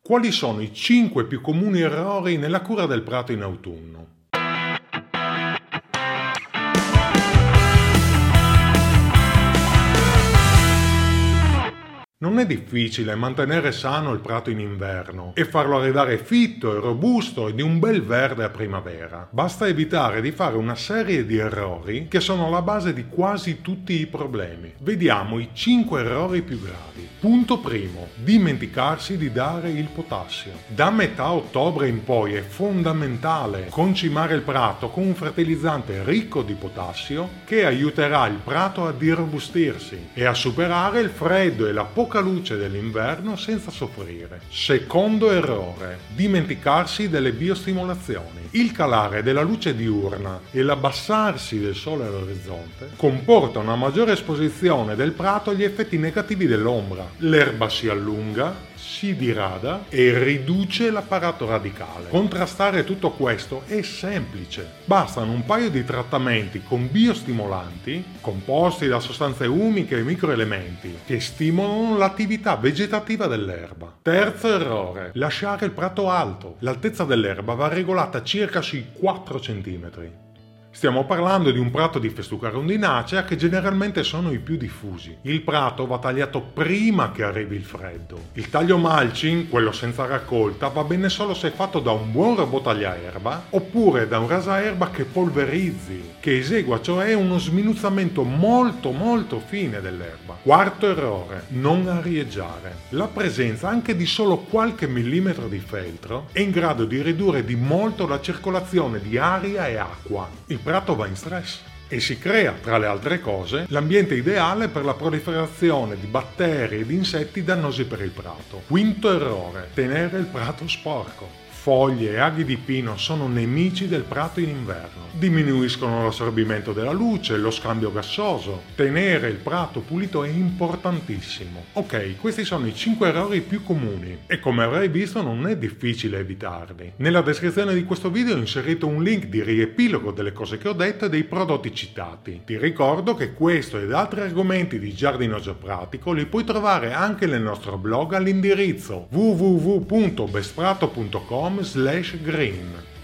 Quali sono i 5 più comuni errori nella cura del prato in autunno? Non è difficile mantenere sano il prato in inverno e farlo arrivare fitto e robusto e di un bel verde a primavera. Basta evitare di fare una serie di errori che sono la base di quasi tutti i problemi. Vediamo i 5 errori più gravi. Punto primo: dimenticarsi di dare il potassio. Da metà ottobre in poi è fondamentale concimare il prato con un fertilizzante ricco di potassio che aiuterà il prato a dirobustirsi e a superare il freddo e la poca luce dell'inverno senza soffrire. Secondo errore: dimenticarsi delle biostimolazioni. Il calare della luce diurna e l'abbassarsi del sole all'orizzonte comporta una maggiore esposizione del prato agli effetti negativi dell'ombra. L'erba si allunga, si dirada e riduce l'apparato radicale. Contrastare tutto questo è semplice. Bastano un paio di trattamenti con biostimolanti composti da sostanze umiche e microelementi che stimolano l'attività vegetativa dell'erba. Terzo errore: lasciare il prato alto. L'altezza dell'erba va regolata circa sui 4 cm. Stiamo parlando di un prato di festuca rondinacea che generalmente sono i più diffusi. Il prato va tagliato prima che arrivi il freddo. Il taglio mulching, quello senza raccolta, va bene solo se è fatto da un buon robot tagliaerba oppure da un rasaerba che polverizzi, che esegua cioè uno sminuzzamento molto fine dell'erba. Quarto errore: non arieggiare. La presenza anche di solo qualche millimetro di feltro è in grado di ridurre di molto la circolazione di aria e acqua. Il prato va in stress e si crea, tra le altre cose, l'ambiente ideale per la proliferazione di batteri e di insetti dannosi per il prato. Quinto errore: tenere il prato sporco. Foglie e aghi di pino sono nemici del prato in inverno. Diminuiscono l'assorbimento della luce, lo scambio gassoso. Tenere il prato pulito è importantissimo. Ok, questi sono i 5 errori più comuni e come avrai visto non è difficile evitarli. Nella descrizione di questo video ho inserito un link di riepilogo delle cose che ho detto e dei prodotti citati. Ti ricordo che questo ed altri argomenti di giardinaggio pratico li puoi trovare anche nel nostro blog all'indirizzo www.bestprato.com/green.